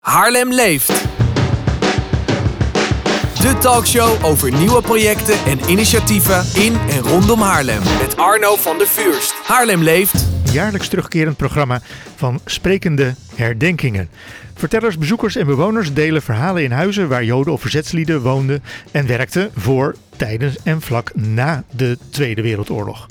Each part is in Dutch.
Haarlem leeft. De talkshow over nieuwe projecten en initiatieven in en rondom Haarlem. Met Arno van der Vuurst. Haarlem leeft. Een jaarlijks terugkerend programma van sprekende herdenkingen. Vertellers, bezoekers en bewoners delen verhalen in huizen waar Joden of verzetslieden woonden en werkten voor, tijdens en vlak na de Tweede Wereldoorlog.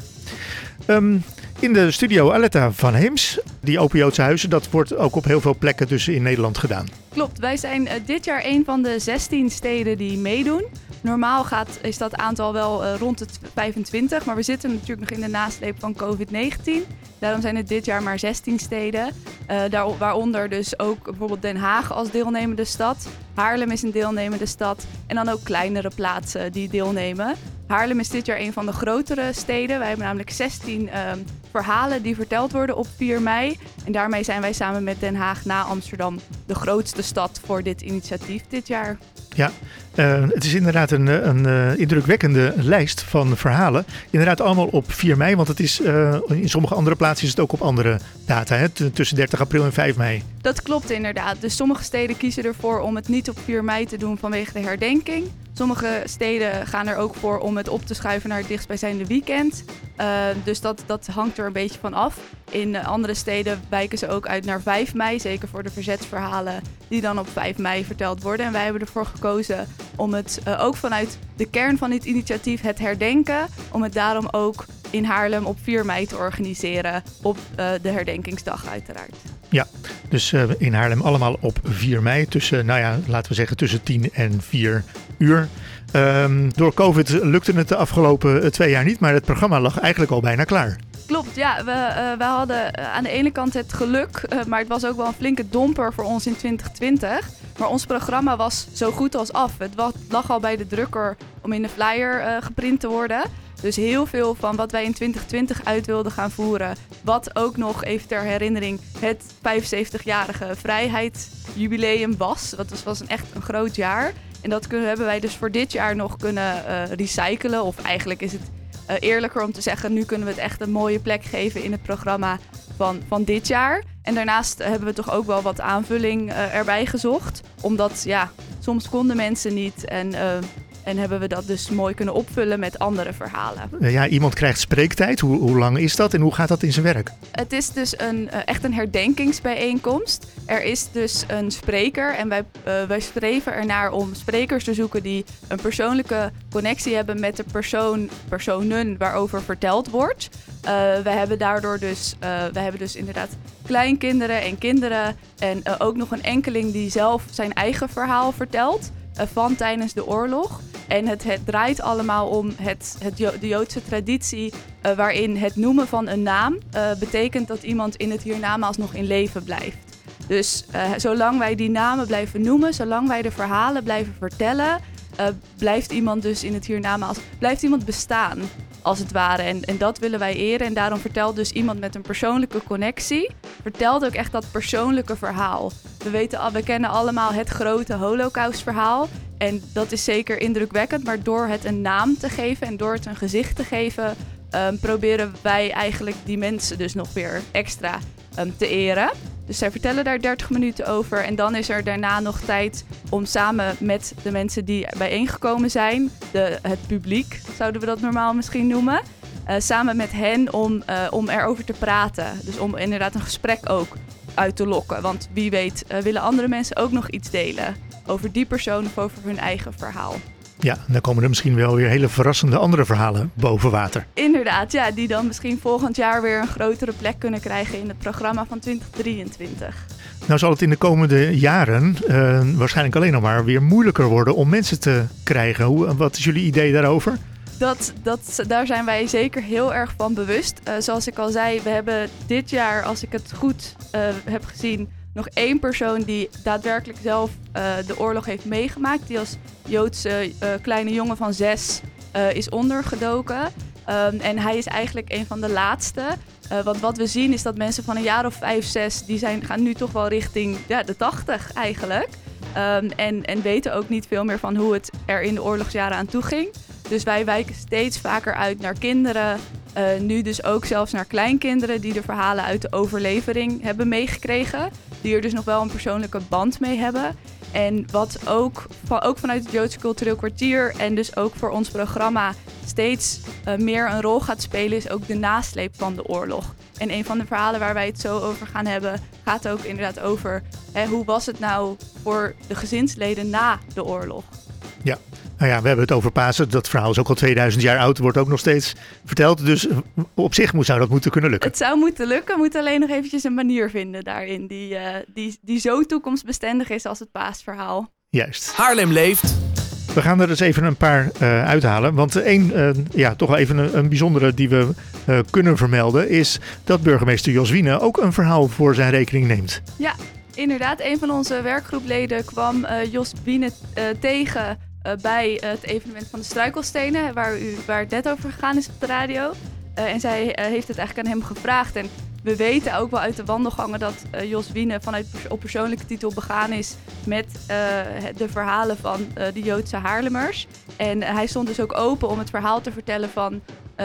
In de studio Aletta van Heems. Die Open Joodse huizen, dat wordt ook op heel veel plekken dus in Nederland gedaan. Klopt, wij zijn dit jaar een van de 16 steden die meedoen. Normaal is dat aantal wel rond de 25, maar we zitten natuurlijk nog in de nasleep van COVID-19. Daarom zijn het dit jaar maar 16 steden, waaronder dus ook bijvoorbeeld Den Haag als deelnemende stad. Haarlem is een deelnemende stad en dan ook kleinere plaatsen die deelnemen. Haarlem is dit jaar een van de grotere steden. Wij hebben namelijk 16 verhalen die verteld worden op 4 mei. En daarmee zijn wij samen met Den Haag na Amsterdam de grootste stad voor dit initiatief dit jaar. Ja, het is inderdaad een indrukwekkende lijst van verhalen. Inderdaad allemaal op 4 mei, want het is, in sommige andere plaatsen is het ook op andere data, hè? Tussen 30 april en 5 mei. Dat klopt inderdaad. Dus sommige steden kiezen ervoor om het niet op 4 mei te doen vanwege de herdenking. Sommige steden gaan er ook voor om het op te schuiven naar het dichtstbijzijnde weekend. Dus dat hangt er een beetje van af. In andere steden wijken ze ook uit naar 5 mei, zeker voor de verzetsverhalen die dan op 5 mei verteld worden. En wij hebben ervoor gekozen om het ook vanuit de kern van dit initiatief, het herdenken, om het daarom ook in Haarlem op 4 mei te organiseren, op de herdenkingsdag uiteraard. Ja, dus in Haarlem allemaal op 4 mei tussen, laten we zeggen tussen 10 en 4 uur. Door COVID lukte het de afgelopen 2 jaar niet, maar het programma lag eigenlijk al bijna klaar. Klopt, ja. We hadden aan de ene kant het geluk, maar het was ook wel een flinke domper voor ons in 2020. Maar ons programma was zo goed als af. Het lag al bij de drukker om in de flyer geprint te worden. Dus heel veel van wat wij in 2020 uit wilden gaan voeren, wat ook nog even ter herinnering het 75-jarige vrijheidsjubileum was. Dat was echt een groot jaar. En dat hebben wij dus voor dit jaar nog kunnen recyclen. Of eigenlijk is het eerlijker om te zeggen, nu kunnen we het echt een mooie plek geven in het programma van dit jaar. En daarnaast hebben we toch ook wel wat aanvulling erbij gezocht. Omdat soms konden mensen niet en hebben we dat dus mooi kunnen opvullen met andere verhalen. Ja, iemand krijgt spreektijd. Hoe lang is dat en hoe gaat dat in zijn werk? Het is dus echt een herdenkingsbijeenkomst. Er is dus een spreker en wij streven ernaar om sprekers te zoeken die een persoonlijke connectie hebben met de personen waarover verteld wordt. We hebben dus inderdaad kleinkinderen en kinderen en ook nog een enkeling die zelf zijn eigen verhaal vertelt van tijdens de oorlog. En het draait allemaal om de Joodse traditie waarin het noemen van een naam betekent dat iemand in het hiernamaals nog in leven blijft. Dus zolang wij die namen blijven noemen, zolang wij de verhalen blijven vertellen, blijft iemand dus in het hiernamaals, blijft iemand bestaan als het ware. En dat willen wij eren en daarom vertelt dus iemand met een persoonlijke connectie, vertelt ook echt dat persoonlijke verhaal. We kennen allemaal het grote Holocaustverhaal. En dat is zeker indrukwekkend, maar door het een naam te geven en door het een gezicht te geven, proberen wij eigenlijk die mensen dus nog weer extra te eren. Dus zij vertellen daar 30 minuten over en dan is er daarna nog tijd om samen met de mensen die bijeengekomen zijn, het publiek zouden we dat normaal misschien noemen, samen met hen om erover te praten. Dus om inderdaad een gesprek ook uit te lokken, want wie weet willen andere mensen ook nog iets delen over die persoon of over hun eigen verhaal. Ja, dan komen er misschien wel weer hele verrassende andere verhalen boven water. Inderdaad, ja, die dan misschien volgend jaar weer een grotere plek kunnen krijgen in het programma van 2023. Nou zal het in de komende jaren waarschijnlijk alleen nog maar weer moeilijker worden om mensen te krijgen. Wat is jullie idee daarover? Daar zijn wij zeker heel erg van bewust. Zoals ik al zei, we hebben dit jaar, als ik het goed heb gezien, nog 1 persoon die daadwerkelijk zelf de oorlog heeft meegemaakt. Die als Joodse kleine jongen van 6 is ondergedoken. En hij is eigenlijk een van de laatste. Want wat we zien is dat mensen van een jaar of 5, 6... die gaan nu toch wel richting de 80 eigenlijk. En weten ook niet veel meer van hoe het er in de oorlogsjaren aan toe ging. Dus wij wijken steeds vaker uit naar kinderen. Nu dus ook zelfs naar kleinkinderen die de verhalen uit de overlevering hebben meegekregen. die er dus nog wel een persoonlijke band mee hebben. En wat ook vanuit het Joodse Cultureel Kwartier en dus ook voor ons programma steeds meer een rol gaat spelen, is ook de nasleep van de oorlog. En een van de verhalen waar wij het zo over gaan hebben, gaat ook inderdaad over hoe was het nou voor de gezinsleden na de oorlog. Ja. Nou ja, we hebben het over Pasen. Dat verhaal is ook al 2000 jaar oud. Wordt ook nog steeds verteld. Dus op zich zou dat moeten kunnen lukken. Het zou moeten lukken. We moeten alleen nog eventjes een manier vinden daarin. Die zo toekomstbestendig is als het paasverhaal. Juist. Haarlem leeft. We gaan er dus even een paar uithalen. Want toch wel even een bijzondere die we kunnen vermelden, is dat burgemeester Jos Wiene ook een verhaal voor zijn rekening neemt. Ja, inderdaad. Een van onze werkgroepleden kwam Jos Wiene tegen bij het evenement van de Struikelstenen, waar het net over gegaan is op de radio. En zij heeft het eigenlijk aan hem gevraagd. En we weten ook wel uit de wandelgangen dat Jos Wiene op persoonlijke titel begaan is met de verhalen van de Joodse Haarlemmers. En hij stond dus ook open om het verhaal te vertellen van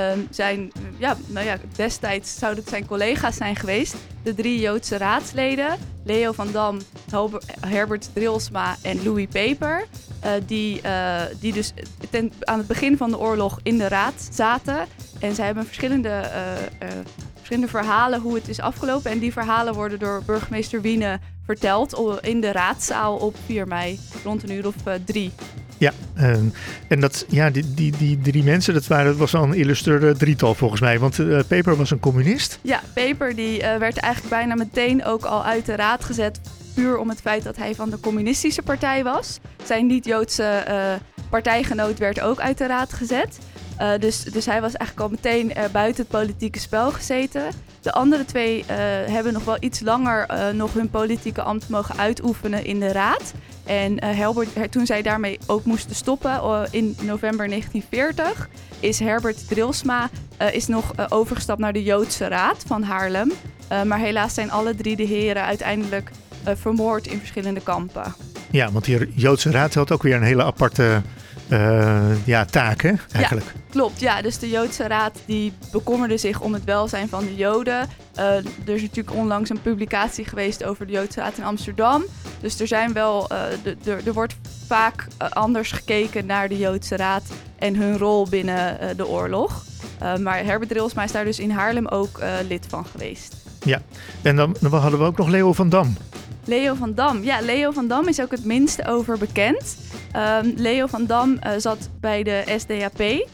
destijds zouden het zijn collega's zijn geweest. De 3 Joodse raadsleden, Leo van Dam, Herbert Drilsma en Louis Peper. Die dus aan het begin van de oorlog in de raad zaten. En zij hebben verschillende verhalen hoe het is afgelopen. En die verhalen worden door burgemeester Wiene verteld in de raadzaal op 4 mei, rond 3:00. Ja, en dat, die 3 mensen, dat was wel een illustre drietal volgens mij. Want Peper was een communist. Ja, Peper die werd eigenlijk bijna meteen ook al uit de raad gezet, puur om het feit dat hij van de communistische partij was. Zijn niet-Joodse partijgenoot werd ook uit de raad gezet. Dus hij was eigenlijk al meteen buiten het politieke spel gezeten. De andere 2 hebben nog wel iets langer nog hun politieke ambt mogen uitoefenen in de raad. En toen zij daarmee ook moesten stoppen in november 1940, is Herbert Drilsma nog overgestapt naar de Joodse Raad van Haarlem. Maar helaas zijn alle 3 de heren uiteindelijk vermoord in verschillende kampen. Ja, want die Joodse Raad had ook weer een hele aparte taak, hè, eigenlijk. Ja, klopt. Ja, dus de Joodse Raad die bekommerde zich om het welzijn van de Joden. Er is natuurlijk onlangs een publicatie geweest over de Joodse Raad in Amsterdam. Dus er zijn wel, er wordt vaak anders gekeken naar de Joodse Raad en hun rol binnen de oorlog. Maar Herbert Drilsma is daar dus in Haarlem ook lid van geweest. Ja, en dan hadden we ook nog Leo van Dam. Leo van Dam. Ja, Leo van Dam is ook het minste over bekend. Leo van Dam zat bij de SDAP.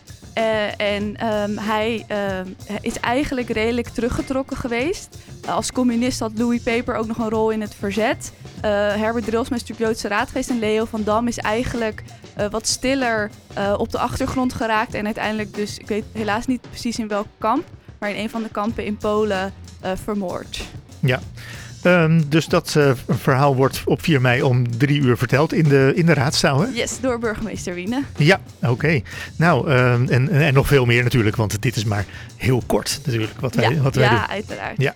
Hij is eigenlijk redelijk teruggetrokken geweest. Als communist had Louis Peper ook nog een rol in het verzet. Herbert Drilsma is natuurlijk Joodse Raad geweest. En Leo van Dam is eigenlijk wat stiller op de achtergrond geraakt. En uiteindelijk dus, ik weet helaas niet precies in welk kamp, maar in een van de kampen in Polen vermoord. Ja. Dus dat verhaal wordt op 4 mei om 3:00 verteld in de raadzaal, hè? Yes, door burgemeester Wiene. Ja, oké. Nou, en nog veel meer natuurlijk, want dit is maar heel kort natuurlijk wat wij doen. Ja, uiteraard. Ja.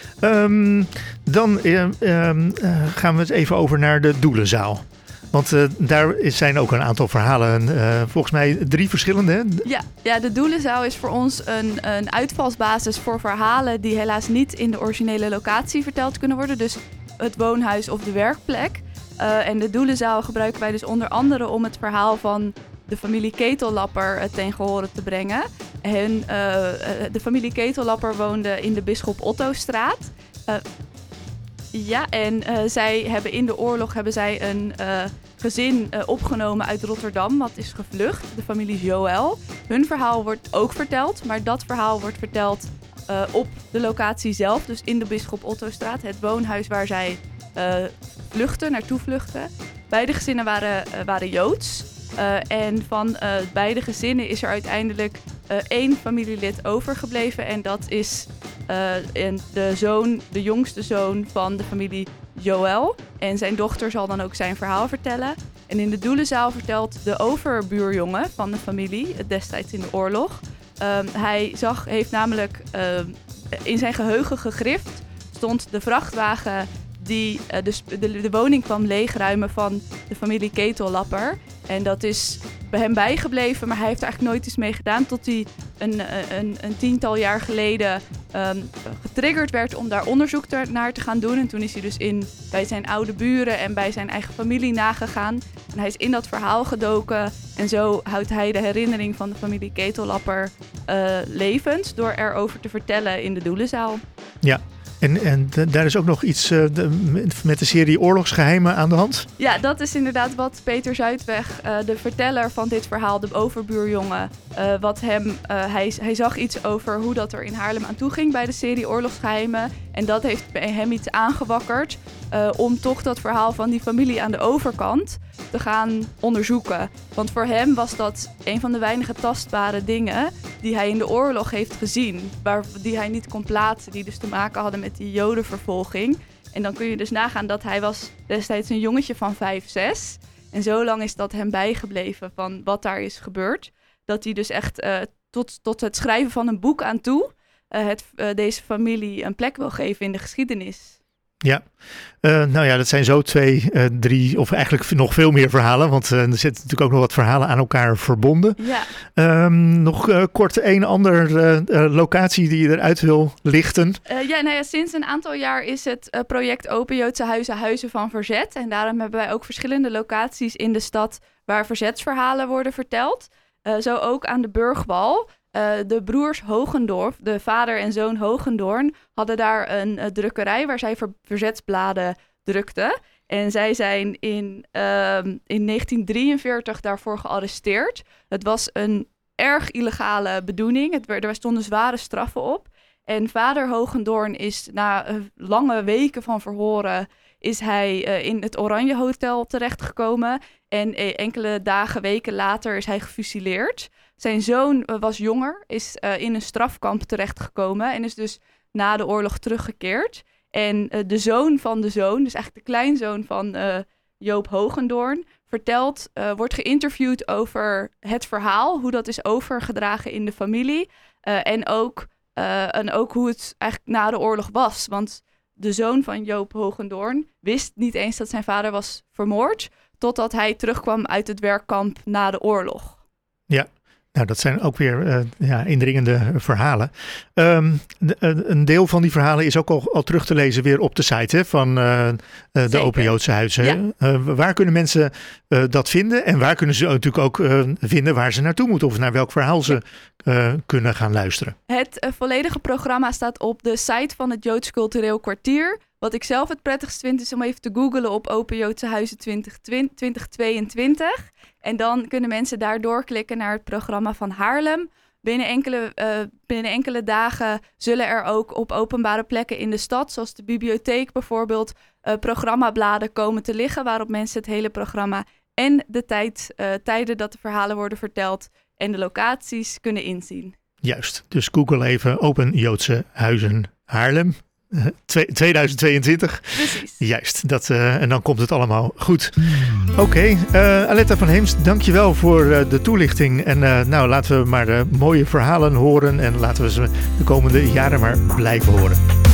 Dan gaan we het even over naar de Doelenzaal. Want daar zijn ook een aantal verhalen, volgens mij 3 verschillende. Hè? Ja, de Doelenzaal is voor ons een uitvalsbasis voor verhalen die helaas niet in de originele locatie verteld kunnen worden. Dus het woonhuis of de werkplek. En de Doelenzaal gebruiken wij dus onder andere om het verhaal van de familie Ketellapper ten gehore te brengen. De familie Ketellapper woonde in de Bisschop Ottostraat. Zij hebben in de oorlog een gezin opgenomen uit Rotterdam, wat is gevlucht, de familie Joël. Hun verhaal wordt ook verteld, maar dat verhaal wordt verteld op de locatie zelf, dus in de Bisschop Ottostraat, het woonhuis waar zij naartoe vluchten. Beide gezinnen waren Joods. En van beide gezinnen is er uiteindelijk 1 familielid overgebleven. En dat is de jongste zoon van de familie Joël. En zijn dochter zal dan ook zijn verhaal vertellen. En in de Doelenzaal vertelt de overbuurjongen van de familie, destijds in de oorlog. Heeft namelijk in zijn geheugen gegrift, stond de vrachtwagen die de woning kwam leegruimen van de familie Ketellapper. En dat is bij hem bijgebleven, maar hij heeft er eigenlijk nooit iets mee gedaan tot hij een 10-tal jaar geleden getriggerd werd om daar onderzoek naar te gaan doen. En toen is hij dus bij zijn oude buren en bij zijn eigen familie nagegaan. En hij is in dat verhaal gedoken. En zo houdt hij de herinnering van de familie Ketellapper levend door erover te vertellen in de Doelenzaal. Ja. En daar is ook nog iets met de serie Oorlogsgeheimen aan de hand? Ja, dat is inderdaad wat Peter Zuidweg, de verteller van dit verhaal, de overbuurjongen, hij zag iets over hoe dat er in Haarlem aan toe ging bij de serie Oorlogsgeheimen. En dat heeft bij hem iets aangewakkerd om toch dat verhaal van die familie aan de overkant te gaan onderzoeken. Want voor hem was dat een van de weinige tastbare dingen die hij in de oorlog heeft gezien. Die hij niet kon plaatsen, die dus te maken hadden met die jodenvervolging. En dan kun je dus nagaan dat hij was destijds een jongetje van 5, 6. En zo lang is dat hem bijgebleven van wat daar is gebeurd. Dat hij dus echt tot het schrijven van een boek aan toe deze familie een plek wil geven in de geschiedenis. Ja, dat zijn zo 2, 3 of eigenlijk nog veel meer verhalen. Want er zitten natuurlijk ook nog wat verhalen aan elkaar verbonden. Ja. Nog kort een andere locatie die je eruit wil lichten. Sinds een aantal jaar is het project Open Joodse Huizen van Verzet. En daarom hebben wij ook verschillende locaties in de stad waar verzetsverhalen worden verteld. Zo ook aan de Burgwal. De broers Hogendoorn, de vader en zoon Hogendoorn, hadden daar een drukkerij waar zij verzetsbladen drukten. En zij zijn in 1943 daarvoor gearresteerd. Het was een erg illegale bedoeling. Er stonden zware straffen op. En vader Hogendoorn is na lange weken van verhoren is hij in het Oranje Hotel terechtgekomen. En enkele weken later is hij gefusilleerd. Zijn zoon was jonger, is in een strafkamp terechtgekomen en is dus na de oorlog teruggekeerd. En de zoon van de zoon, dus eigenlijk de kleinzoon van Joop Hogendoorn, wordt geïnterviewd over het verhaal, hoe dat is overgedragen in de familie. En ook hoe het eigenlijk na de oorlog was. Want de zoon van Joop Hogendoorn wist niet eens dat zijn vader was vermoord, totdat hij terugkwam uit het werkkamp na de oorlog. Ja. Nou, dat zijn ook weer indringende verhalen. Een deel van die verhalen is ook al terug te lezen weer op de site van de Open Joodse Huizen. Ja. Waar kunnen mensen dat vinden? En waar kunnen ze natuurlijk ook vinden waar ze naartoe moeten? Of naar welk verhaal ze kunnen gaan luisteren? Het volledige programma staat op de site van het Joods Cultureel Kwartier. Wat ik zelf het prettigst vind is om even te googlen op Open Joodse Huizen 2022. En dan kunnen mensen daar doorklikken naar het programma van Haarlem. Binnen enkele dagen zullen er ook op openbare plekken in de stad, zoals de bibliotheek bijvoorbeeld, programmabladen komen te liggen waarop mensen het hele programma en de tijden dat de verhalen worden verteld en de locaties kunnen inzien. Juist, dus Google even Open Joodse Huizen Haarlem. 2022. Precies. Juist, en dan komt het allemaal goed. Oké, Aletta van Heemst, dankjewel voor de toelichting. En laten we maar mooie verhalen horen en laten we ze de komende jaren maar blijven horen.